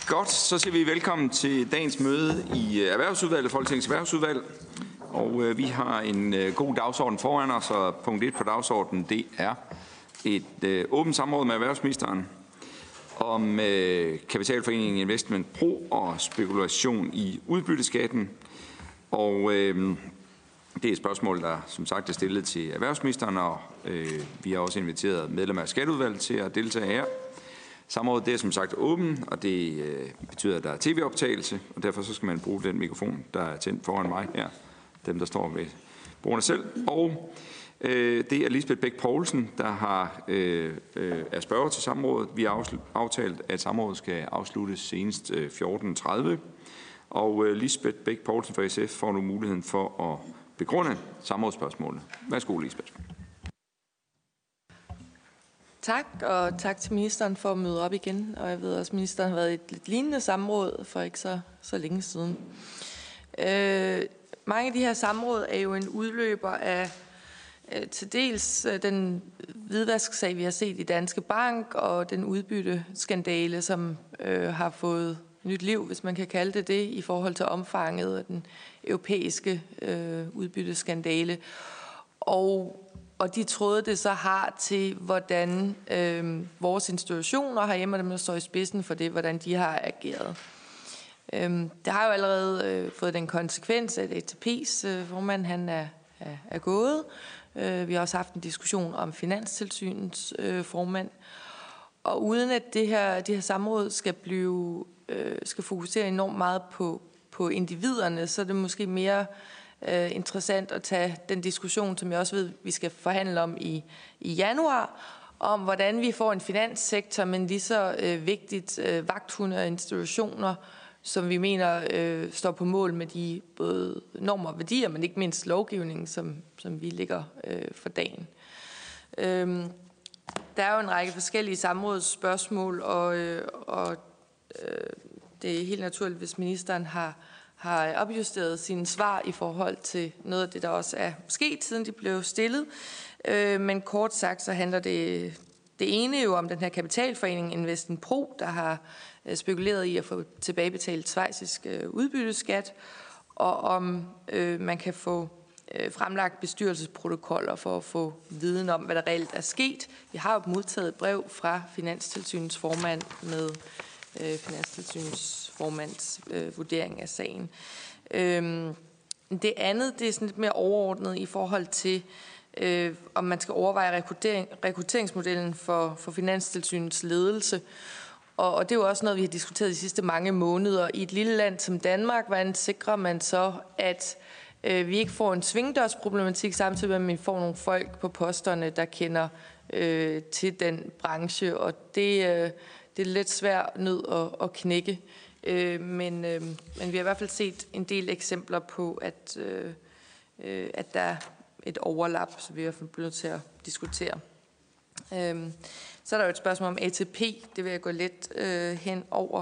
Godt, så siger vi velkommen til dagens møde i Erhvervsudvalget, Folketingets Erhvervsudvalg. Og vi har en god dagsorden foran os, og punkt 1 på dagsordenen, det er et åbent samråd med erhvervsministeren om kapitalforeningen Investment Pro og spekulation i udbytteskatten. Og det er et spørgsmål, der som sagt er stillet til erhvervsministeren, og vi har også inviteret medlemmer af Skatteudvalget til at deltage her. Samrådet det er som sagt åben, og det betyder, at der er tv-optagelse, og derfor så skal man bruge den mikrofon, der er tændt foran mig her. Dem, der står ved brugerne selv. Og det er Lisbeth Bech Poulsen, der er spørger til samrådet. Vi har aftalt, at samrådet skal afsluttes senest 14.30. Og Lisbeth Bech Poulsen fra SF får nu muligheden for at begrunde samrådsspørgsmålene. Værsgo, Lisbeth. Tak, og tak til ministeren for at møde op igen. Og jeg ved også, at ministeren har været i et lidt lignende samråd for ikke så længe siden. Mange af de her samråd er jo en udløber af til dels den hvidvasksag, vi har set i Danske Bank, og den udbytteskandale, som har fået nyt liv, hvis man kan kalde det, i forhold til omfanget af den europæiske udbytteskandale. Og de tråde det så har til, hvordan vores institutioner herhjemme, og dem der står i spidsen for det, hvordan de har ageret. Det har jo allerede fået den konsekvens, at ATP's formand han er gået. Vi har også haft en diskussion om Finanstilsynets formand. Og uden at de her samråd skal fokusere enormt meget på individerne, så er det måske mere interessant at tage den diskussion, som jeg også ved, vi skal forhandle om i januar, om hvordan vi får en finanssektor, men lige så vigtigt vagthunde og institutioner, som vi mener står på mål med de både normer og værdier, men ikke mindst lovgivningen, som vi lægger for dagen. Der er jo en række forskellige samrådsspørgsmål, og det er helt naturligt, hvis ministeren har opjusteret sine svar i forhold til noget af det, der også er sket, siden de blev stillet. Men kort sagt, så handler det ene jo om den her kapitalforening Investment Pro, der har spekuleret i at få tilbagebetalt schweizisk udbytteskat, og om man kan få fremlagt bestyrelsesprotokoller for at få viden om, hvad der reelt er sket. Vi har jo modtaget et brev fra Finanstilsynets formand med Finanstilsynets formands vurdering af sagen. Det andet, det er sådan lidt mere overordnet i forhold til, om man skal overveje rekrutteringsmodellen for Finanstilsynets ledelse. Og det er jo også noget, vi har diskuteret de sidste mange måneder. I et lille land som Danmark, hvordan sikrer man så, at vi ikke får en svingdørsproblematik, samtidig med, at vi får nogle folk på posterne, der kender til den branche. Og det er lidt svært nød at knække. Men vi har i hvert fald set en del eksempler på, at der er et overlap, så vi er i hvert fald blevet til at diskutere. Så er der jo et spørgsmål om ATP. Det vil jeg gå lidt hen over.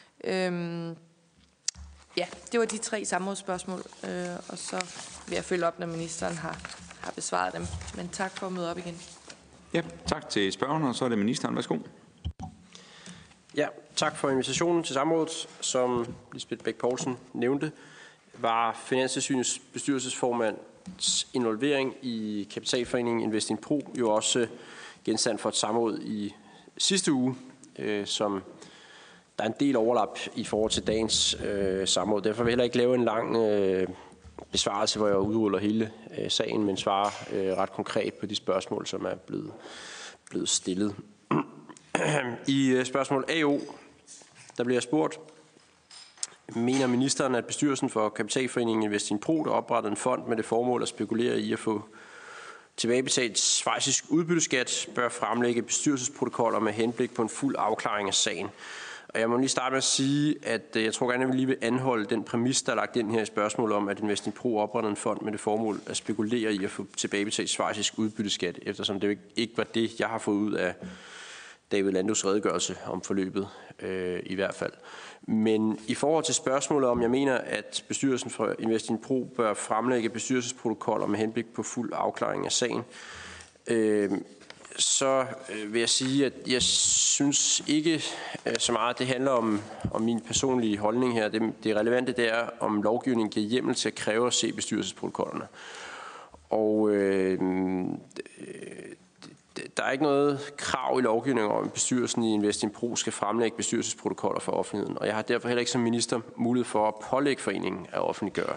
Ja, det var de 3 samrådsspørgsmål, og så vil jeg følge op, når ministeren har besvaret dem. Men tak for at møde op igen. Ja, tak til spørgeren, og så er det ministeren. Værsgo. Ja, tak for invitationen til samrådet. Som Lisbeth Bech Poulsen nævnte, var Finanstilsynets bestyrelsesformands involvering i kapitalforeningen Investment Pro jo også genstand for et samråd i sidste uge, som der er en del overlap i forhold til dagens samråd. Derfor vil jeg heller ikke lave en lang besvarelse, hvor jeg udruller hele sagen, men svarer ret konkret på de spørgsmål, som er blevet stillet. I spørgsmål AO, der bliver spurgt, mener ministeren, at bestyrelsen for kapitalforeningen Investment Pro, der oprettede en fond med det formål at spekulere i at få tilbagebetalt schweizisk udbytteskat, bør fremlægge bestyrelsesprotokoller med henblik på en fuld afklaring af sagen. Og jeg må lige starte med at sige, at jeg tror gerne, at vi lige vil anholde den præmis, der er lagt ind her i spørgsmålet om, at Investment Pro oprettede en fond med det formål at spekulere i at få tilbagebetalt schweizisk udbytteskat, eftersom det ikke var det, jeg har fået ud af David Landos redegørelse om forløbet i hvert fald. Men i forhold til spørgsmålet om, jeg mener, at bestyrelsen for Investment Pro bør fremlægge bestyrelsesprotokoller med henblik på fuld afklaring af sagen, så vil jeg sige, at jeg synes ikke så meget, at det handler om min personlige holdning her. Det relevante det er, om lovgivningen giver hjemmel til at kræve at se bestyrelsesprotokollerne. Og der er ikke noget krav i lovgivningen om, at bestyrelsen i Investinpro skal fremlægge bestyrelsesprotokoller for offentligheden. Og jeg har derfor heller ikke som minister mulighed for at pålægge foreningen at offentliggøre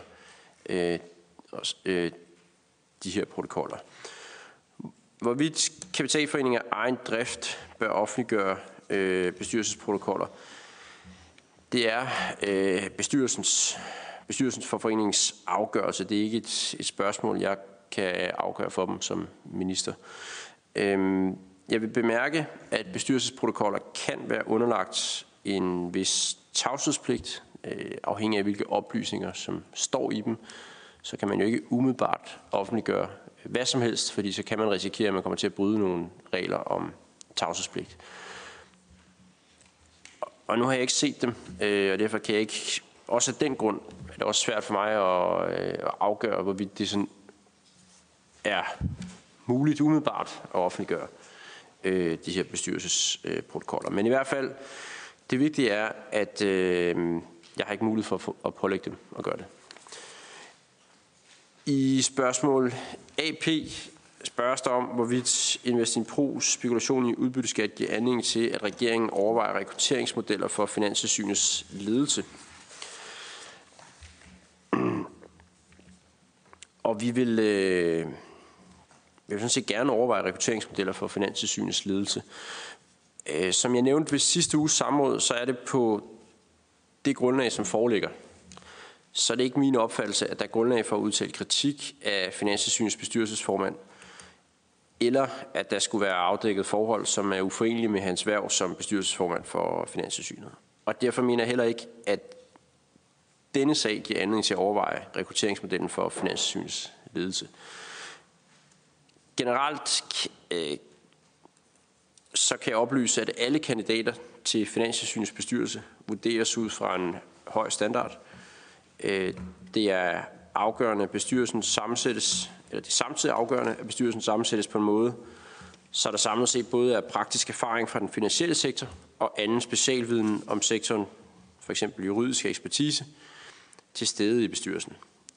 de her protokoller. Hvorvidt kapitalforeninger af egen drift bør offentliggøre bestyrelsesprotokoller, det er bestyrelsens for foreningens afgørelse. Det er ikke et spørgsmål, jeg kan afgøre for dem som minister. Jeg vil bemærke, at bestyrelsesprotokoller kan være underlagt en vis tavshedspligt, afhængig af hvilke oplysninger, som står i dem. Så kan man jo ikke umiddelbart offentliggøre hvad som helst, fordi så kan man risikere, at man kommer til at bryde nogle regler om tavshedspligt. Og nu har jeg ikke set dem, og derfor kan jeg ikke, også af den grund, er det også svært for mig at afgøre, hvorvidt det sådan er muligt umiddelbart at offentliggøre de her bestyrelsesprotokoller. Men i hvert fald, det vigtige er, at jeg har ikke mulighed for at pålægge dem at gøre det. I spørgsmål AP spørges der om, hvorvidt Investinpros spekulation i udbytteskat giver anledning til, at regeringen overvejer rekrutteringsmodeller for Finanstilsynets ledelse. Og vi vil sådan set gerne overveje rekrutteringsmodeller for Finanstilsynets ledelse. Som jeg nævnte ved sidste uges samråd, så er det på det grundlag, som foreligger. Så er det ikke min opfattelse, at der er grundlag for at udtale kritik af Finanstilsynets bestyrelsesformand, eller at der skulle være afdækket forhold, som er uforenelige med hans hverv som bestyrelsesformand for Finanstilsynet. Og derfor mener jeg heller ikke, at denne sag giver anledning til at overveje rekrutteringsmodellen for Finanstilsynets ledelse. Generelt så kan jeg oplyse, at alle kandidater til Finanstilsynets bestyrelse vurderes ud fra en høj standard. Det er afgørende, at bestyrelsen sammensættes, eller det er samtidig afgørende, at bestyrelsen sammensættes på en måde, så der samlet set både er praktisk erfaring fra den finansielle sektor og anden specialviden om sektoren, f.eks. juridisk ekspertise, til stede i bestyrelsen.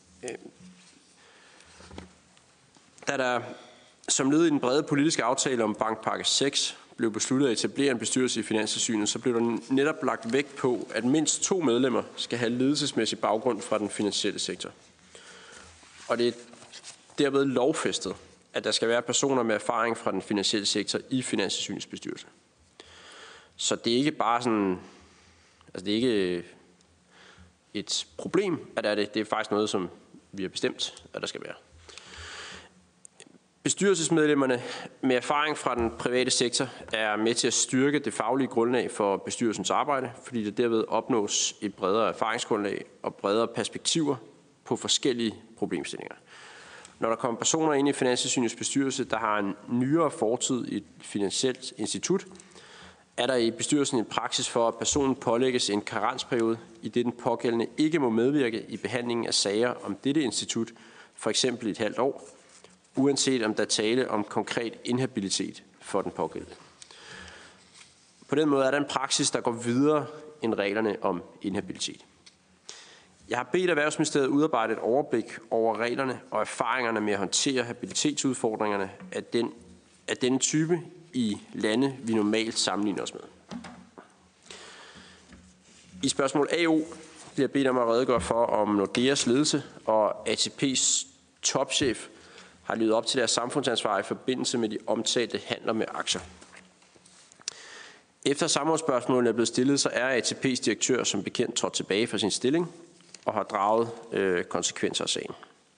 Da der som led i den brede politiske aftale om bankpakke 6 blev besluttet at etablere en bestyrelse i Finanstilsynet, så blev der netop lagt vægt på, at mindst 2 medlemmer skal have ledelsesmæssig baggrund fra den finansielle sektor. Og det er derved lovfæstet, at der skal være personer med erfaring fra den finansielle sektor i Finanstilsynets bestyrelse. Så det er ikke bare sådan, altså det er ikke et problem, at det er faktisk noget, som vi har bestemt, at der skal være. Bestyrelsesmedlemmerne med erfaring fra den private sektor er med til at styrke det faglige grundlag for bestyrelsens arbejde, fordi der derved opnås et bredere erfaringsgrundlag og bredere perspektiver på forskellige problemstillinger. Når der kommer personer ind i Finanstilsynets bestyrelse, der har en nyere fortid i et finansielt institut, er der i bestyrelsen en praksis for, at personen pålægges en karensperiode, i det den pågældende ikke må medvirke i behandlingen af sager om dette institut, for eksempel et halvt år, uanset om der er tale om konkret inhabilitet for den pågældende. På den måde er der en praksis, der går videre end reglerne om inhabilitet. Jeg har bedt Erhvervsministeriet udarbejde et overblik over reglerne og erfaringerne med at håndtere habilitetsudfordringerne af denne type i lande, vi normalt sammenligner os med. I spørgsmål AO bliver jeg bedt om at redegøre for, om Nordeas ledelse og ATP's topchef har levet op til deres samfundsansvar i forbindelse med de omtalte handler med aktier. Efter samrådsspørgsmålene er blevet stillet, så er ATP's direktør som bekendt trådt tilbage fra sin stilling og har draget konsekvenser af sagen.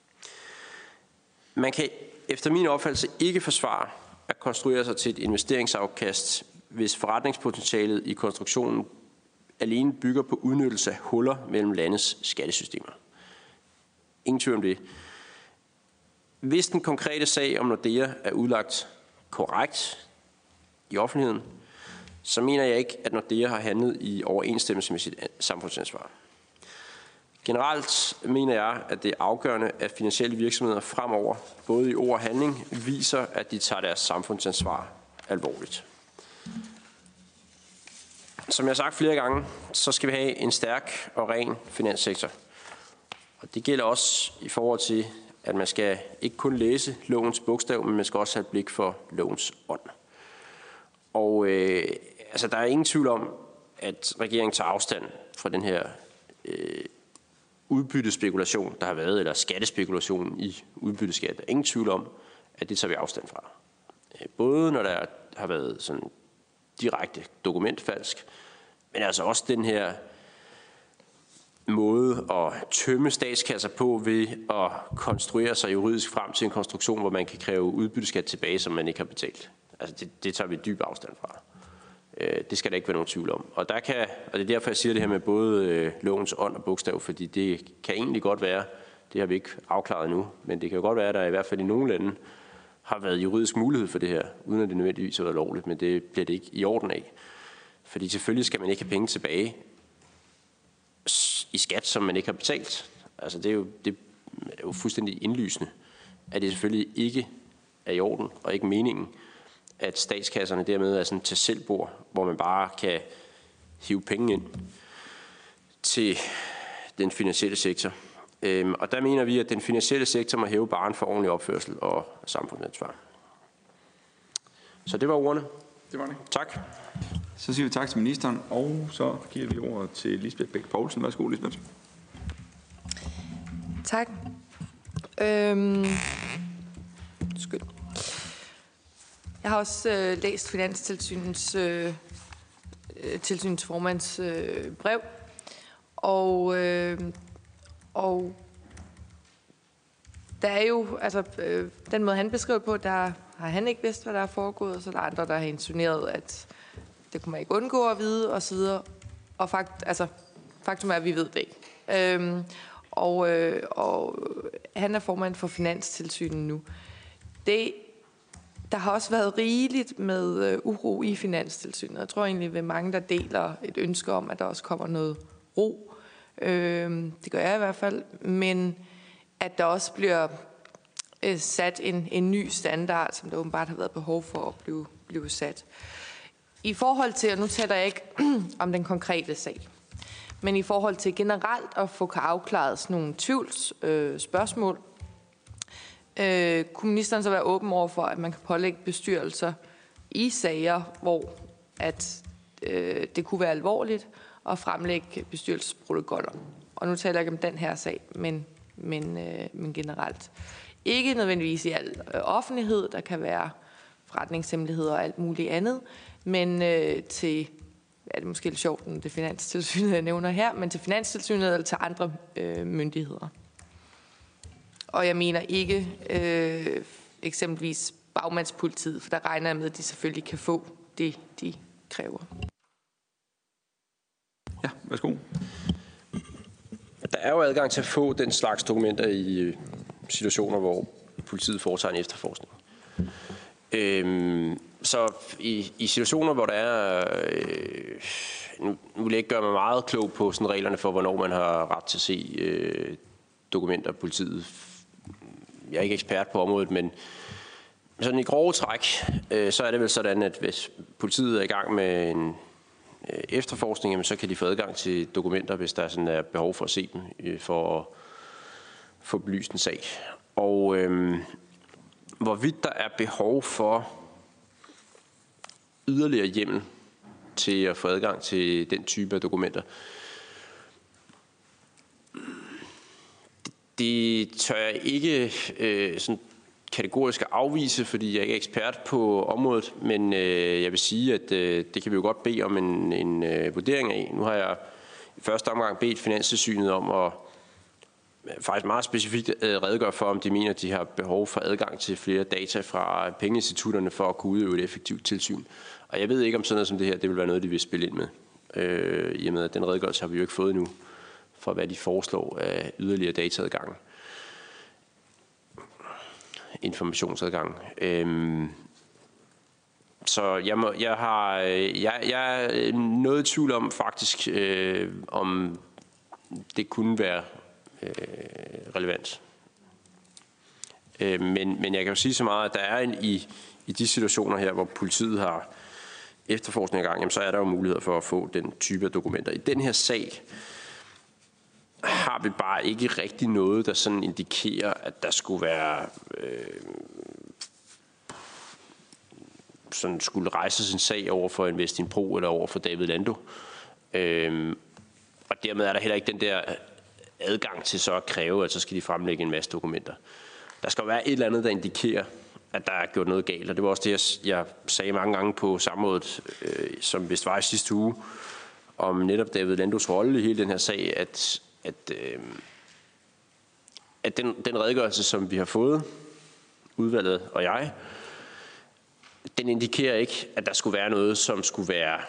Man kan efter min opfattelse ikke forsvare at konstruere sig til et investeringsafkast, hvis forretningspotentialet i konstruktionen alene bygger på udnyttelse af huller mellem landets skattesystemer. Ingen tvivl om det. Hvis den konkrete sag om Nordea er udlagt korrekt i offentligheden, så mener jeg ikke, at Nordea har handlet i overensstemmelse med sit samfundsansvar. Generelt mener jeg, at det er afgørende, at finansielle virksomheder fremover, både i ord og handling, viser, at de tager deres samfundsansvar alvorligt. Som jeg har sagt flere gange, så skal vi have en stærk og ren finanssektor. Og det gælder også i forhold til, at man skal ikke kun læse lovens bogstav, men man skal også have et blik for lovens ånd. Og der er ingen tvivl om, at regeringen tager afstand fra den her udbyttespekulation, der har været, eller skattespekulation i udbytteskat. Der er ingen tvivl om, at det tager vi afstand fra. Både når der har været sådan direkte dokumentfalsk, men altså også den her måde at tømme statskasser på ved at konstruere sig juridisk frem til en konstruktion, hvor man kan kræve udbytteskat tilbage, som man ikke har betalt. Altså det tager vi dyb afstand fra. Det skal der ikke være nogen tvivl om. Og det er derfor, jeg siger det her med både lovens ånd og bogstav, fordi det kan egentlig godt være, det har vi ikke afklaret endnu, men det kan jo godt være, at der i hvert fald i nogle lande har været juridisk mulighed for det her, uden at det nødvendigvis har været lovligt, men det bliver det ikke i orden af. Fordi selvfølgelig skal man ikke have penge tilbage i skat, som man ikke har betalt. Altså det er jo fuldstændig indlysende, at det selvfølgelig ikke er i orden, og ikke meningen, at statskasserne dermed er sådan til selvbord, hvor man bare kan hive penge ind til den finansielle sektor. Og der mener vi, at den finansielle sektor må hæve barren for ordentlig opførsel og samfundsansvar. Så det var ordene. Det var det. Tak. Så siger vi tak til ministeren, og så giver vi ordet til Lisbeth Bech Poulsen. Værsgo, Lisbeth. Tak. Skyld. Jeg har også læst Finanstilsynets tilsynsformands brev, og der er jo, den måde han beskriver på, der har han ikke vidst, hvad der er foregået, og så er der andre, der har insinueret, at det kunne man ikke undgå at vide, og så videre. Og faktum er, at vi ved det ikke. Og han er formand for Finanstilsynet nu. Der har også været rigeligt med uro i Finanstilsynet. Jeg tror egentlig, at mange, der deler et ønske om, at der også kommer noget ro. Det gør jeg i hvert fald. Men at der også bliver sat en ny standard, som der åbenbart har været behov for at blive sat. I forhold til, og nu taler jeg ikke om den konkrete sag, men i forhold til generelt at få afklaret sådan nogle tvivlsspørgsmål, kunne ministeren så være åben over for, at man kan pålægge bestyrelser i sager, hvor det kunne være alvorligt, og fremlægge bestyrelsesprotokoller? Og nu taler jeg ikke om den her sag, men generelt. Ikke nødvendigvis i al offentlighed, der kan være forretningshemmeligheder og alt muligt andet, men til, er det måske lidt sjovt, det Finanstilsynet, jeg nævner her, men til Finanstilsynet eller til andre myndigheder. Og jeg mener ikke eksempelvis bagmandspolitiet, for der regner jeg med, at de selvfølgelig kan få det, de kræver. Ja, værsgo. Der er jo adgang til at få den slags dokumenter i situationer, hvor politiet foretager en efterforskning. Så i situationer, hvor der er... Nu vil jeg ikke gøre mig meget klog på sådan reglerne for, hvornår man har ret til at se dokumenter af politiet. Jeg er ikke ekspert på området, men sådan i grove træk, så er det vel sådan, at hvis politiet er i gang med en efterforskning, så kan de få adgang til dokumenter, hvis der sådan er behov for at se dem, for at få belyst en sag. Og hvorvidt der er behov for yderligere hjemmel til at få adgang til den type af dokumenter, det tør jeg ikke sådan kategorisk afvise, fordi jeg ikke er ekspert på området, men jeg vil sige, at det kan vi jo godt bede om en vurdering af. Nu har jeg i første omgang bedt Finanstilsynet om at faktisk meget specifikt redegøre for, om de mener, at de har behov for adgang til flere data fra pengeinstitutterne for at kunne udøve et effektivt tilsyn. Og jeg ved ikke, om sådan noget som det her, det vil være noget, de vil spille ind med. I og med, at den redegørelse har vi jo ikke fået endnu, for hvad de foreslår af yderligere dataadgang. Informationsadgang. Så jeg er noget i tvivl om faktisk, om det kunne være relevant. Men jeg kan jo sige så meget, at der er i de situationer her, hvor politiet har efterforskning i gang, jamen, så er der jo muligheder for at få den type af dokumenter. I den her sag har vi bare ikke rigtig noget, der sådan indikerer, at der skulle være sådan skulle rejses en sag over for Investinpro eller over for David Lando. Og dermed er der heller ikke den der adgang til så at kræve, at så skal de fremlægge en masse dokumenter. Der skal være et eller andet, der indikerer, at der er gjort noget galt, og det var også det, jeg sagde mange gange på samrådet, som vist var i sidste uge, om netop David Landos rolle i hele den her sag, at den redegørelse, som vi har fået, udvalget og jeg, den indikerer ikke, at der skulle være noget, som skulle være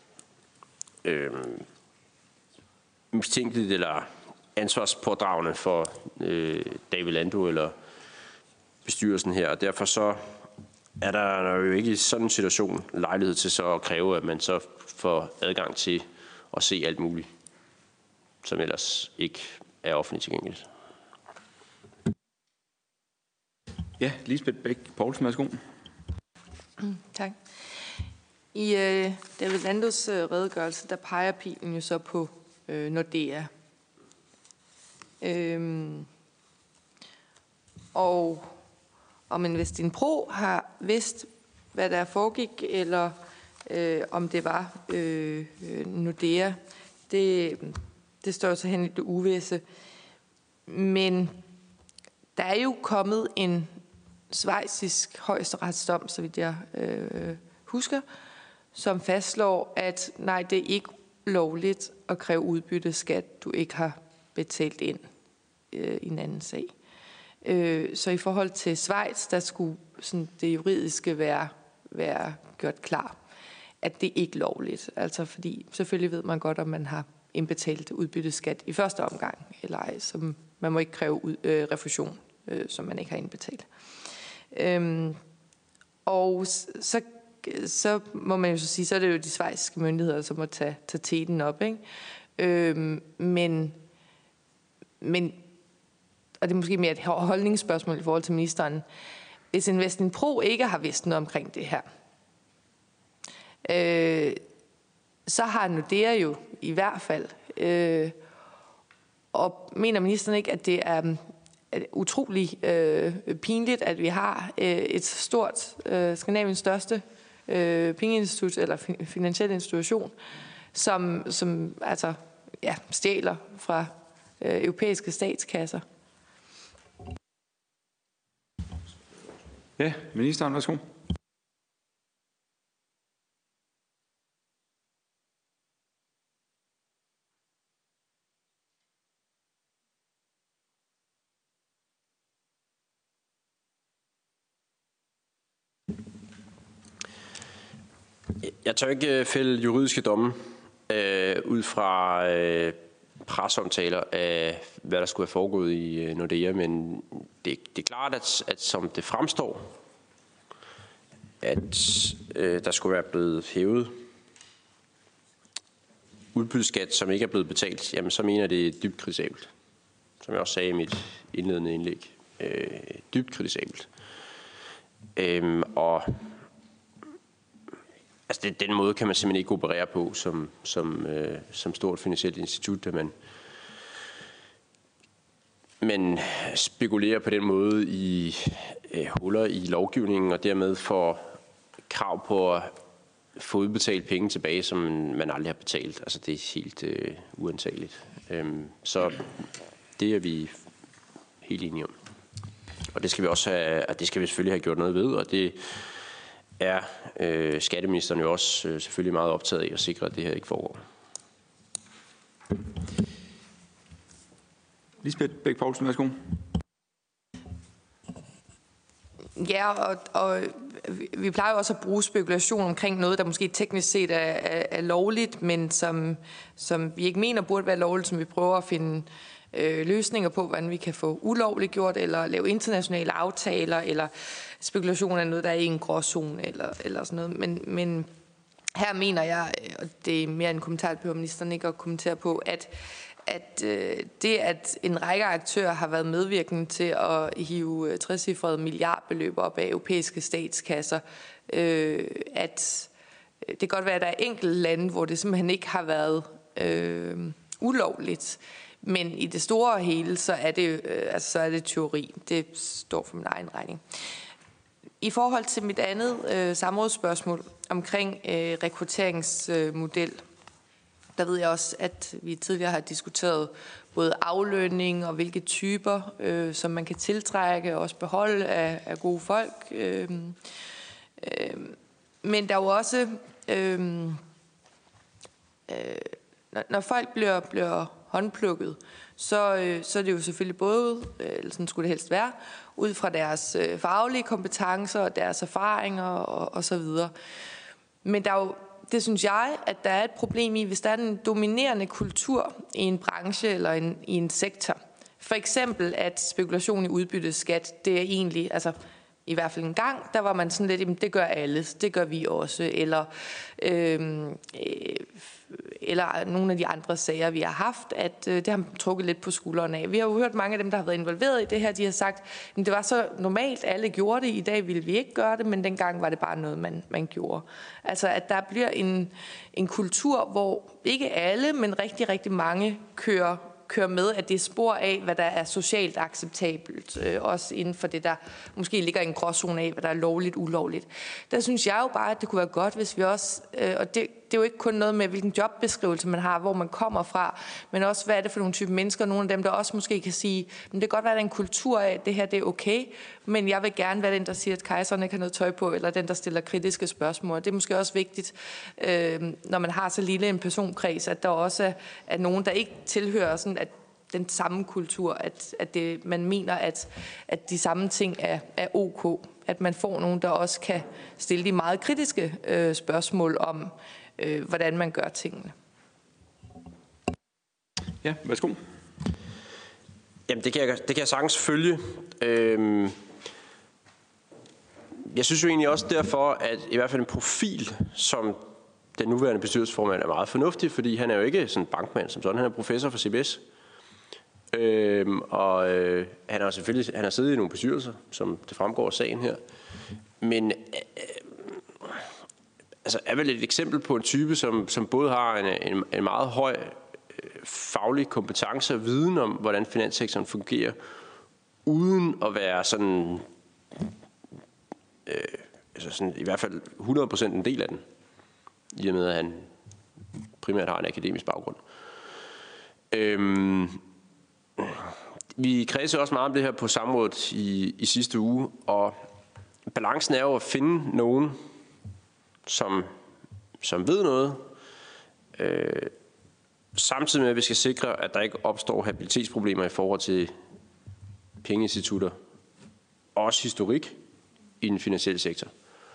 mistænkeligt eller ansvarspådragende for David Lando eller bestyrelsen her, og derfor så er der jo ikke i sådan en situation lejlighed til så at kræve, at man så får adgang til at se alt muligt, som ellers ikke er offentligt tilgængeligt. Ja, Lisbeth Bech Poulsen, værsgo. Tak. I David Landos redegørelse, der peger pilen jo så på Nordea. Og om Investinpro har vidst, hvad der foregik, eller om det var Nordea, det står jo så hen i det uvisse. Men der er jo kommet en schweizisk højesteretsdom, så vidt jeg husker, som fastslår, at nej, det er ikke lovligt at kræve udbytteskat, du ikke har betalt ind i en anden sag. Så i forhold til Schweiz, der skulle sådan det juridiske være gjort klar, at det ikke er lovligt. Altså fordi selvfølgelig ved man godt, om man har indbetalt udbytteskat i første omgang, eller ej, så man må ikke kræve refusion, som man ikke har indbetalt. Og så må man jo så sige, så er det jo de schweiziske myndigheder, som må tage teten op, ikke? Men og det er måske mere et holdningsspørgsmål i forhold til ministeren. Hvis Investinpro ikke har vidst noget omkring det her, så har Nordea jo i hvert fald. Og mener ministeren ikke, at det er utrolig pinligt, at vi har et stort, Skandinaviens største pengeinstitut eller finansiel institution, som altså stjæler fra europæiske statskasser? Ja, ministeren, værsgo. Jeg tør ikke fælde juridiske domme ud fra presseomtaler af, hvad der skulle have foregået i Nordea, men det er klart, at som det fremstår, at der skulle være blevet hævet udbytteskat, som ikke er blevet betalt, jamen så mener jeg, det er dybt kritisabelt. Som jeg også sagde i mit indledende indlæg. Dybt kritisabelt. Og altså den måde kan man simpelthen ikke operere på som stort finansielt institut, at man spekulerer på den måde i huller i lovgivningen, og dermed får krav på at få udbetalt penge tilbage, som man aldrig har betalt. Altså det er helt uantageligt. Så det er vi helt enige om. Og det skal vi også have, og det skal vi selvfølgelig have gjort noget ved, og det er skatteministeren jo også selvfølgelig meget optaget af at sikre, at det her ikke foregår. Lisbeth Bech Poulsen, værsgo. Ja, og vi plejer jo også at bruge spekulation omkring noget, der måske teknisk set er lovligt, men som vi ikke mener burde være lovligt, som vi prøver at finde løsninger på, hvordan vi kan få ulovligt gjort, eller lave internationale aftaler, eller spekulation af noget, der er i en gråzone, eller sådan noget. Men her mener jeg, og det er mere en kommentar på ministeren ikke at kommentere på, at en række aktører har været medvirkende til at hive 60-cifrede milliardbeløb op af europæiske statskasser, at det kan godt være, at der er enkelte lande, hvor det simpelthen ikke har været ulovligt. Men i det store og hele, så er det teori. Det står for min egen regning. I forhold til mit andet samrådsspørgsmål omkring rekrutteringsmodel, der ved jeg også, at vi tidligere har diskuteret både aflønning og hvilke typer, som man kan tiltrække og også beholde af gode folk. Men der er jo også, når folk bliver håndplukket, så er det jo selvfølgelig både, eller sådan skulle det helst være, ud fra deres faglige kompetencer og deres erfaringer og så videre. Men der er jo, det synes jeg, at der er et problem i, hvis der er en dominerende kultur i en branche eller i en sektor. For eksempel, at spekulation i udbytteskat, det er egentlig, altså i hvert fald en gang, der var man sådan lidt, jamen, det gør alle, det gør vi også, eller nogle af de andre sager, vi har haft, at det har man trukket lidt på skuldrene af. Vi har jo hørt mange af dem, der har været involveret i det her, de har sagt, at det var så normalt, alle gjorde det, i dag ville vi ikke gøre det, men dengang var det bare noget, man gjorde. Altså, at der bliver en kultur, hvor ikke alle, men rigtig, rigtig mange kører med, at det er spor af, hvad der er socialt acceptabelt, også inden for det, der måske ligger i en gråzone af, hvad der er lovligt, ulovligt. Der synes jeg jo bare, at det kunne være godt, hvis vi også, og det er jo ikke kun noget med, hvilken jobbeskrivelse man har, hvor man kommer fra, men også, hvad er det for nogle type mennesker, nogle af dem, der også måske kan sige, men det kan godt være, at der er en kultur af, at det her det er okay, men jeg vil gerne være den, der siger, at kejseren ikke har noget tøj på, eller den, der stiller kritiske spørgsmål. Det er måske også vigtigt, når man har så lille en personkreds, at der også er nogen, der ikke tilhører sådan, at den samme kultur, at man mener, at de samme ting er ok. At man får nogen, der også kan stille de meget kritiske spørgsmål om, hvordan man gør tingene. Ja, værsgo. Jamen, det kan jeg sagtens følge. Jeg synes jo egentlig også derfor, at i hvert fald en profil, som den nuværende bestyrelsesformand er meget fornuftig, fordi han er jo ikke sådan en bankmand som sådan, han er professor for CBS. Han har selvfølgelig siddet i nogle bestyrelser, som det fremgår af sagen her. Men altså er vel et eksempel på en type, som både har en meget høj faglig kompetence og viden om, hvordan finanssektoren fungerer, uden at være sådan, sådan i hvert fald 100% en del af den, i og med at han primært har en akademisk baggrund. Vi kredsede også meget om det her på samrådet i sidste uge, og balancen er jo at finde nogen, som ved noget, samtidig med, at vi skal sikre, at der ikke opstår habilitetsproblemer i forhold til pengeinstitutter, og også historik i den finansielle sektor.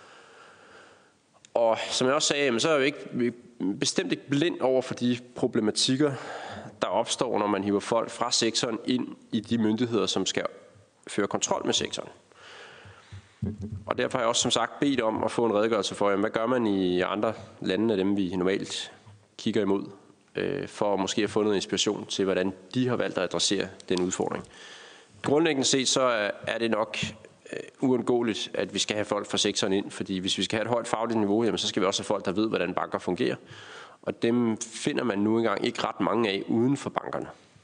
Og som jeg også sagde, så er jeg jo ikke bestemt ikke blind over for de problematikker, der opstår, når man hiver folk fra sektoren ind i de myndigheder, som skal føre kontrol med sektoren. Og derfor har jeg også som sagt bedt om at få en redegørelse for, hvad gør man i andre lande af dem, vi normalt kigger imod, for måske at få noget inspiration til, hvordan de har valgt at adressere den udfordring. Grundlæggende set så er det nok uundgåeligt, at vi skal have folk fra sektoren ind, fordi hvis vi skal have et højt fagligt niveau, jamen, så skal vi også have folk, der ved, hvordan banker fungerer. Og dem finder man nu engang ikke ret mange af uden for bankerne.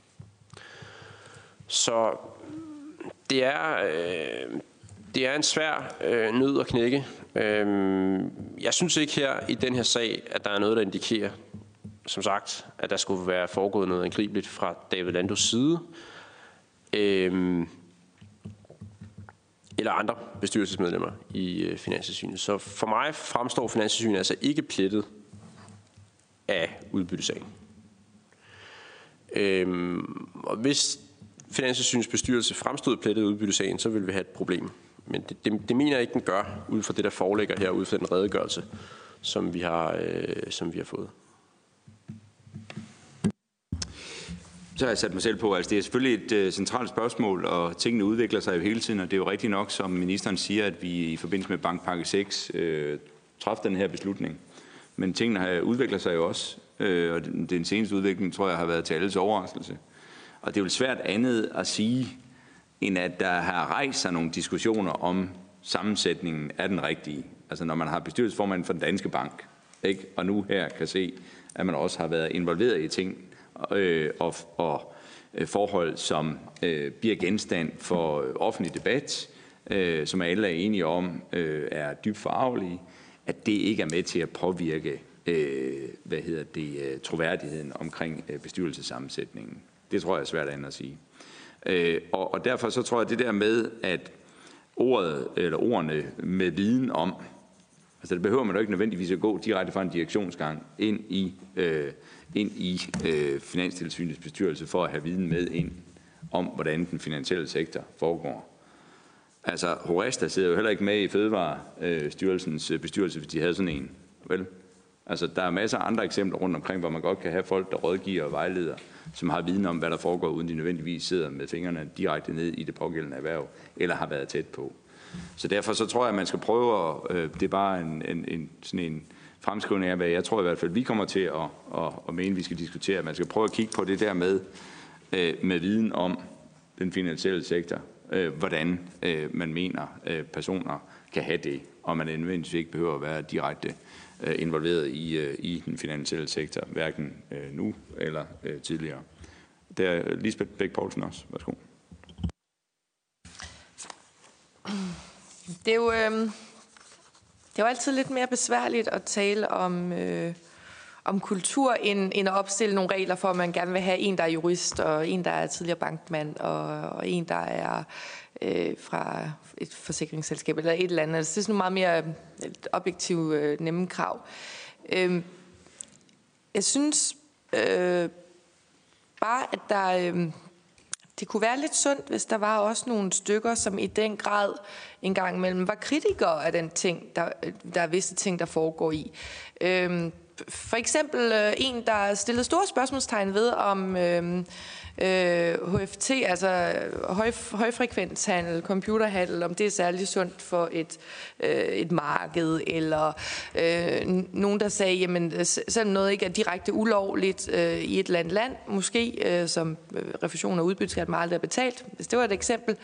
Så det er en svær nød at knække. Jeg synes ikke her i den her sag, at der er noget, der indikerer, som sagt, at der skulle være foregået noget angribeligt fra David Landos side. Eller andre bestyrelsesmedlemmer i Finanstilsynet. Så for mig fremstår Finanstilsynet altså ikke plettet af udbyttesagen. Og hvis Finanstilsynets bestyrelse fremstod plettet af udbyttesagen, så ville vi have et problem. Men det mener jeg ikke, den gør, ud fra det, der foreligger her, ud fra den redegørelse, som vi har fået. Så har jeg sat mig selv på, altså det er selvfølgelig et centralt spørgsmål, og tingene udvikler sig jo hele tiden, og det er jo rigtigt nok, som ministeren siger, at vi i forbindelse med bankpakke 6 træffede den her beslutning. Men tingene udvikler sig jo også, og den seneste udvikling, tror jeg, har været til alles overraskelse. Og det er jo svært andet at sige, end at der har rejst sig nogle diskussioner om sammensætningen af den rigtige. Altså når man har bestyrelsesformanden for den Danske Bank, ikke? Og nu her kan se, at man også har været involveret i ting og forhold, som bliver genstand for offentlig debat, som alle er enige om, er dybt forarvelige, at det ikke er med til at påvirke troværdigheden omkring bestyrelsessammensætningen. Det tror jeg er svært andet at sige. Og derfor så tror jeg, det der med, at ordene med viden om, altså det behøver man jo ikke nødvendigvis at gå direkte fra en direktionsgang ind i Finanstilsynets bestyrelse for at have viden med ind om, hvordan den finansielle sektor foregår. Altså Horesta sidder jo heller ikke med i Fødevarestyrelsens bestyrelse, hvis de havde sådan en. Vel? Altså der er masser af andre eksempler rundt omkring, hvor man godt kan have folk, der rådgiver og vejleder, som har viden om, hvad der foregår, uden de nødvendigvis sidder med fingrene direkte ned i det pågældende erhverv, eller har været tæt på. Så derfor så tror jeg, at man skal prøve det er bare sådan en fremskrivning af, hvad jeg tror i hvert fald, vi kommer til at mene, vi skal diskutere. Man skal prøve at kigge på det der med viden om den finansielle sektor, hvordan man mener, personer kan have det, og man nødvendigvis ikke behøver at være direkte involveret i den finansielle sektor, hverken nu eller tidligere. Der er Lisbeth Bech Poulsen også. Værsgo. Det er jo altid lidt mere besværligt at tale om kultur, end at opstille nogle regler for, at man gerne vil have en, der er jurist, og en, der er tidligere bankmand, og en, der er fra et forsikringsselskab, eller et eller andet. Altså, det er sådan meget mere objektivt nemme krav. Jeg synes bare, at det kunne være lidt sundt, hvis der var også nogle stykker, som i den grad en gang imellem var kritikere af den ting, der er visse ting, der foregår i. For eksempel en, der stillede store spørgsmålstegn ved, om HFT, altså højfrekvenshandel, computerhandel, om det er særlig sundt for et marked, eller nogen, der sagde, jamen selvom noget ikke er direkte ulovligt i et eller andet land, måske som refusion af udbytteskat meget aldrig er betalt, hvis det var et eksempel,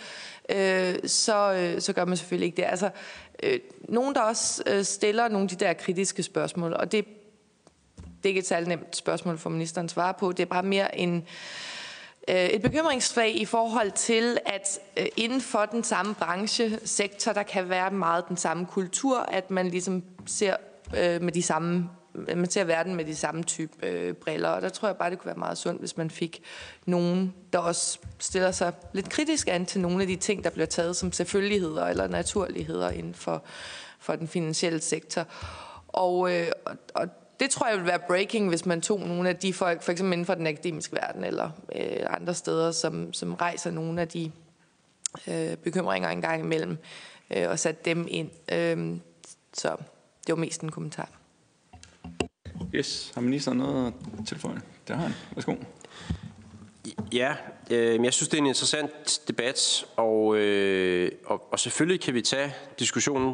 så gør man selvfølgelig ikke det. Altså nogen, der også stiller nogle af de der kritiske spørgsmål, og det er ikke et særligt nemt spørgsmål for ministeren at svare på, det er bare mere et bekymringsflag i forhold til, at inden for den samme branchesektor, der kan være meget den samme kultur, at man ligesom ser man ser verden med de samme type briller. Og der tror jeg bare, det kunne være meget sundt, hvis man fik nogen, der også stiller sig lidt kritisk an til nogle af de ting, der bliver taget som selvfølgeligheder eller naturligheder inden for den finansielle sektor. Og det tror jeg vil være breaking, hvis man tog nogle af de folk, for eksempel inden for den akademiske verden eller andre steder, som rejser nogle af de bekymringer en gang imellem, og satte dem ind. Så det var mest en kommentar. Yes, har ministeren noget at tilføje? Det har han. Værsgo. Ja, jeg synes, det er en interessant debat, og selvfølgelig kan vi tage diskussionen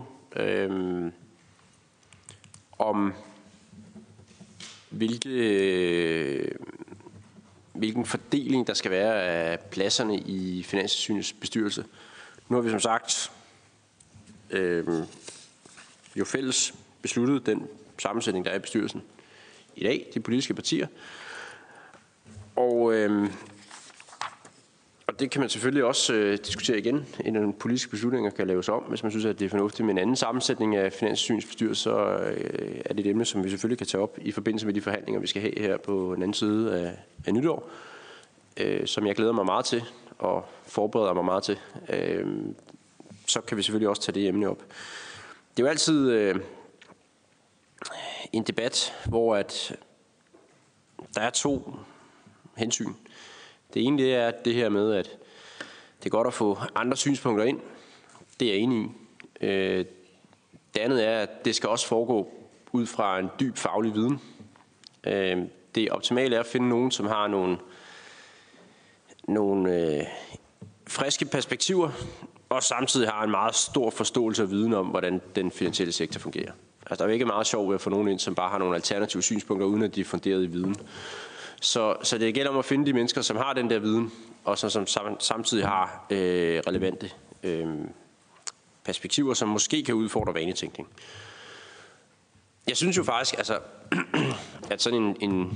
om hvilken fordeling der skal være af pladserne i Finanstilsynets bestyrelse. Nu har vi som sagt jo fælles besluttet den sammensætning, der er i bestyrelsen i dag, de politiske partier. Og det kan man selvfølgelig også diskutere igen, inden nogle politiske beslutninger kan laves om. Hvis man synes, at det er fornuftigt med en anden sammensætning af Finanstilsynets bestyrelse, så er det et emne, som vi selvfølgelig kan tage op i forbindelse med de forhandlinger, vi skal have her på den anden side af nytår, som jeg glæder mig meget til og forbereder mig meget til. Så kan vi selvfølgelig også tage det emne op. Det er jo altid en debat, hvor at der er to hensyn. Det ene det er det her med, at det er godt at få andre synspunkter ind. Det er jeg enig i. Det andet er, at det skal også foregå ud fra en dyb faglig viden. Det optimale er at finde nogen, som har nogle friske perspektiver, og samtidig har en meget stor forståelse og viden om, hvordan den finansielle sektor fungerer. Altså, der er jo ikke meget sjov ved at få nogen ind, som bare har nogle alternative synspunkter, uden at de er funderet i viden. Så det gælder om at finde de mennesker, som har den der viden, og som samtidig har relevante perspektiver, som måske kan udfordre vanetænkning. Jeg synes jo faktisk, altså, at sådan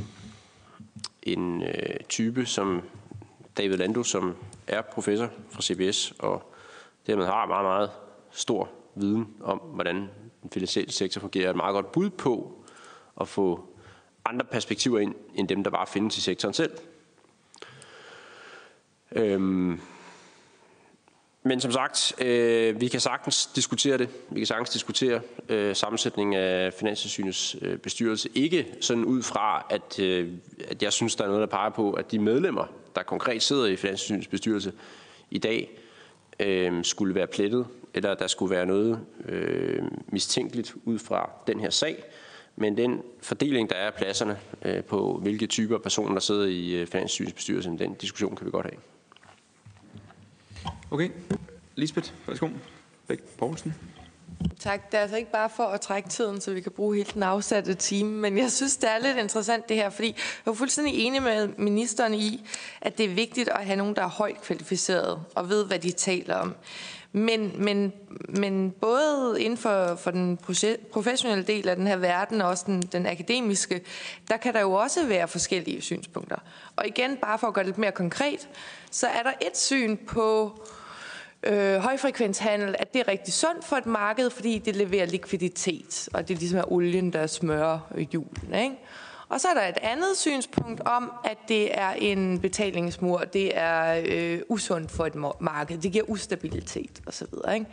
en type som David Lando, som er professor fra CBS, og dermed har meget, meget stor viden om, hvordan den finansielle sektor fungerer, er et meget godt bud på at få andre perspektiver ind, end dem, der bare findes i sektoren selv. Men som sagt, vi kan sagtens diskutere det. Vi kan sagtens diskutere sammensætningen af Finanstilsynets bestyrelse. Ikke sådan ud fra, at jeg synes, der er noget, der peger på, at de medlemmer, der konkret sidder i Finanstilsynets bestyrelse i dag, skulle være plettet, eller der skulle være noget mistænkeligt ud fra den her sag. Men den fordeling, der er af pladserne på, hvilke typer personer, der sidder i Finanstilsynets bestyrelse, den diskussion kan vi godt have. Okay. Lisbeth, værsgo. Bech Poulsen. Tak. Det er altså ikke bare for at trække tiden, så vi kan bruge hele den afsatte time, men jeg synes, det er lidt interessant det her, fordi jeg er fuldstændig enig med ministeren i, at det er vigtigt at have nogen, der er højt kvalificeret og ved, hvad de taler om. Men både inden for den professionelle del af den her verden og også den akademiske, der kan der jo også være forskellige synspunkter. Og igen, bare for at gøre det lidt mere konkret, så er der et syn på højfrekvenshandel, at det er rigtig sundt for et marked, fordi det leverer likviditet, og det ligesom er olien, der smører hjulene, ikke? Og så er der et andet synspunkt om, at det er en betalingsmur, det er usundt for et marked, det giver ustabilitet osv., ikke?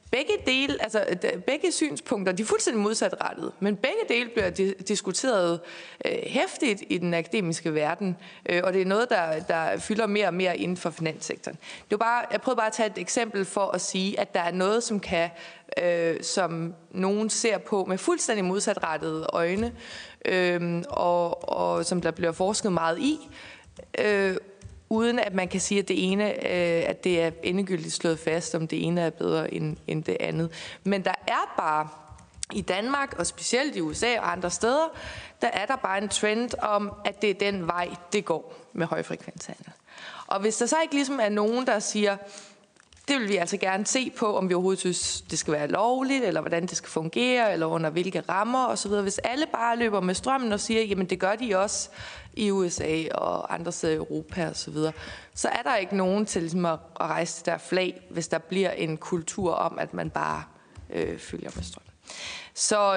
Begge synspunkter, de er fuldstændig modsatrettet, men begge dele bliver diskuteret hæftigt i den akademiske verden, og det er noget, der fylder mere og mere inden for finanssektoren. Jeg prøvede bare at tage et eksempel for at sige, at der er noget, som nogen ser på med fuldstændig modsatrettede øjne, og som der bliver forsket meget i, uden at man kan sige, at det er endegyldigt slået fast, om det ene er bedre end det andet. Men der er bare i Danmark, og specielt i USA og andre steder, der er der bare en trend om, at det er den vej, det går med højfrekvenshandel. Og hvis der så ikke ligesom er nogen, der siger, det vil vi altså gerne se på, om vi overhovedet synes, det skal være lovligt, eller hvordan det skal fungere, eller under hvilke rammer osv. Hvis alle bare løber med strømmen og siger, jamen det gør de også i USA og andre steder i Europa osv., så er der ikke nogen til ligesom at rejse det der flag, hvis der bliver en kultur om, at man bare følger med strømmen. Så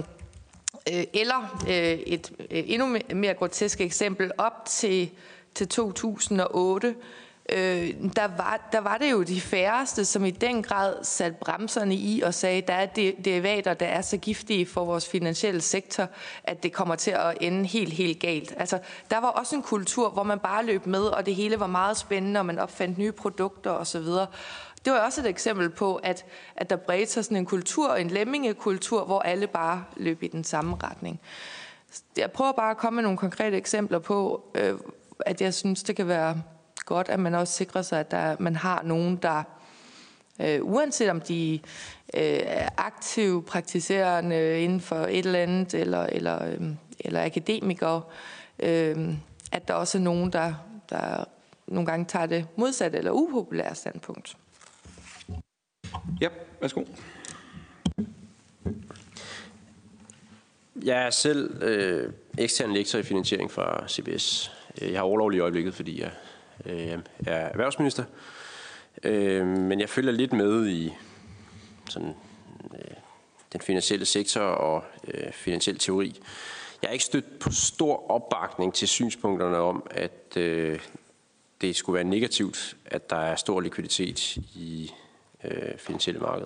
et endnu mere grotesk eksempel op til 2008, der var det jo de færreste, som i den grad satte bremserne i og sagde, der er derivater, der er så giftige for vores finansielle sektor, at det kommer til at ende helt galt. Altså, der var også en kultur, hvor man bare løb med, og det hele var meget spændende, og man opfandt nye produkter osv. Det var også et eksempel på, at der bredte sig sådan en kultur, en lemmingekultur, hvor alle bare løb i den samme retning. Jeg prøver bare at komme med nogle konkrete eksempler på, at jeg synes, det kan være godt, at man også sikrer sig, at man har nogen, der uanset om de er aktive, praktiserende inden for et eller andet, eller akademikere, at der også er nogen, der nogle gange tager det modsatte eller upopulære standpunkt. Ja, værsgo. Jeg er selv ekstern lektor i finansiering fra CBS. Jeg har orlov i øjeblikket, fordi jeg er erhvervsminister. Men jeg følger lidt med i sådan, den finansielle sektor og finansiel teori. Jeg er ikke stødt på stor opbakning til synspunkterne om, at det skulle være negativt, at der er stor likviditet i finansielle markeder.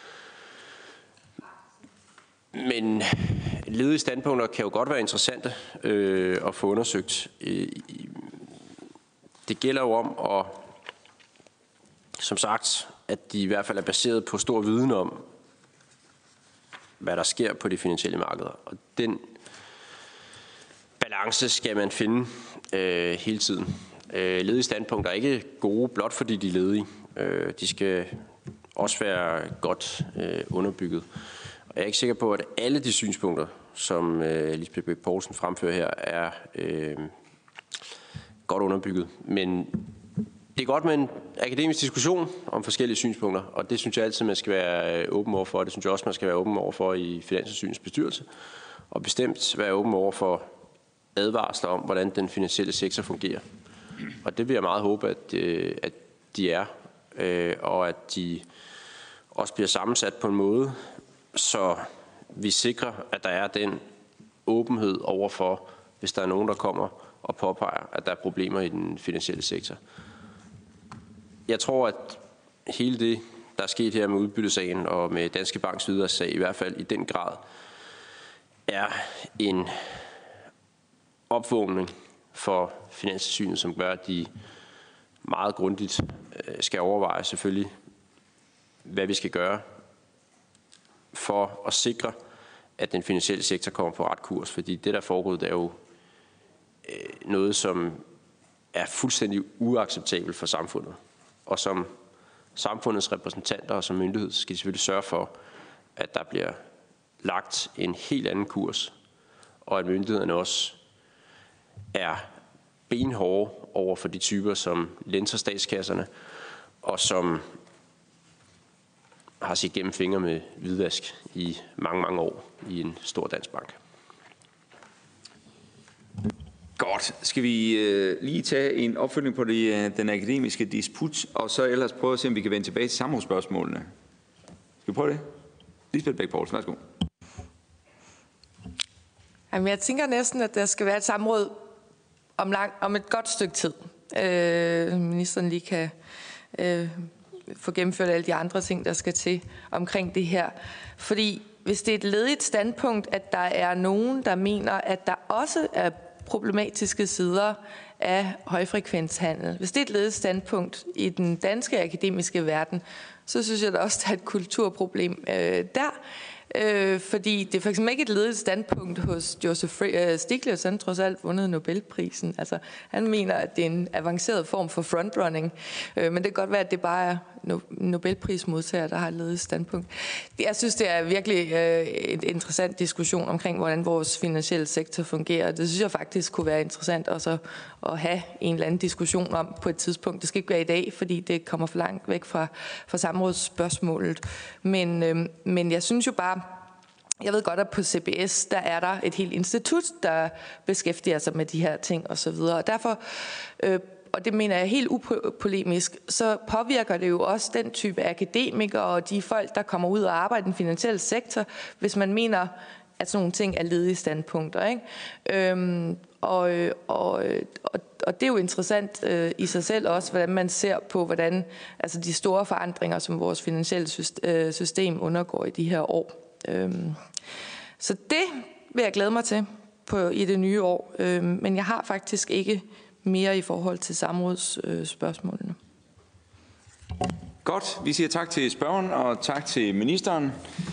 Men ledige standpunkter kan jo godt være interessante at få undersøgt. Det gælder jo om, at, som sagt, at de i hvert fald er baseret på stor viden om, hvad der sker på de finansielle markeder. Og den balance skal man finde hele tiden. Ledige standpunkter er ikke gode, blot fordi de er ledige. De skal også være godt underbygget. Og jeg er ikke sikker på, at alle de synspunkter, som Lisbeth Bech Poulsen fremfører her, er godt underbygget. Men det er godt med en akademisk diskussion om forskellige synspunkter, og det synes jeg altid, man skal være åben over for. Det synes jeg også, man skal være åben over for i Finanstilsynets bestyrelse, og bestemt være åben over for advarsler om, hvordan den finansielle sektor fungerer. Og det vil jeg meget håbe, at de er, og at de også bliver sammensat på en måde, så vi sikrer, at der er den åbenhed overfor, hvis der er nogen, der kommer og påpeger, at der er problemer i den finansielle sektor. Jeg tror, at hele det, der er sket her med udbyttesagen og med Danske Banks videre sag, i hvert fald i den grad, er en opvågning for Finanstilsynet, som gør, at de meget grundigt skal overveje selvfølgelig, hvad vi skal gøre for at sikre, at den finansielle sektor kommer på ret kurs. Fordi det, der er foregået, det er jo noget, som er fuldstændig uacceptabelt for samfundet. Og som samfundets repræsentanter og som myndighed skal de selvfølgelig sørge for, at der bliver lagt en helt anden kurs, og at myndighederne også er benhårde over for de typer, som lænser statskasserne, og som har set gennem fingre med hvidvask i mange, mange år i en stor dansk bank. Godt. Skal vi lige tage en opfølgning på den akademiske disput, og så ellers prøve at se, om vi kan vende tilbage til samrådsspørgsmålene. Skal vi prøve det? Lisbeth Bech Poulsen, værsgo. Jamen, jeg tænker næsten, at der skal være et samråd om et godt stykke tid. Ministeren lige kan få gennemført alle de andre ting, der skal til omkring det her. Fordi hvis det er et ledigt standpunkt, at der er nogen, der mener, at der også er problematiske sider af højfrekvenshandel. Hvis det er et ledet standpunkt i den danske akademiske verden, så synes jeg da også, der er et kulturproblem der. Fordi det er for eksempel ikke et ledet standpunkt hos Joseph Stiglitz, han trods alt vundet Nobelprisen. Altså, han mener, at det er en avanceret form for frontrunning, men det kan godt være, at det bare er Nobelprismodtagere, der har et ledet standpunkt. Jeg synes, det er virkelig en interessant diskussion omkring, hvordan vores finansielle sektor fungerer. Det synes jeg faktisk kunne være interessant også at have en eller anden diskussion om på et tidspunkt. Det skal ikke være i dag, fordi det kommer for langt væk fra samrådsspørgsmålet. Men jeg synes jo bare, jeg ved godt, at på CBS, der er der et helt institut, der beskæftiger sig med de her ting osv. Og derfor, og det mener jeg helt upolemisk, så påvirker det jo også den type akademikere og de folk, der kommer ud og arbejder i den finansielle sektor, hvis man mener, at sådan nogle ting er ledige standpunkter, ikke? Og det er jo interessant i sig selv også, hvordan man ser på, hvordan altså de store forandringer, som vores finansielle system undergår i de her år. Så det vil jeg glæde mig til i det nye år, men jeg har faktisk ikke mere i forhold til samrådsspørgsmålene. Godt, vi siger tak til spørgeren og tak til ministeren.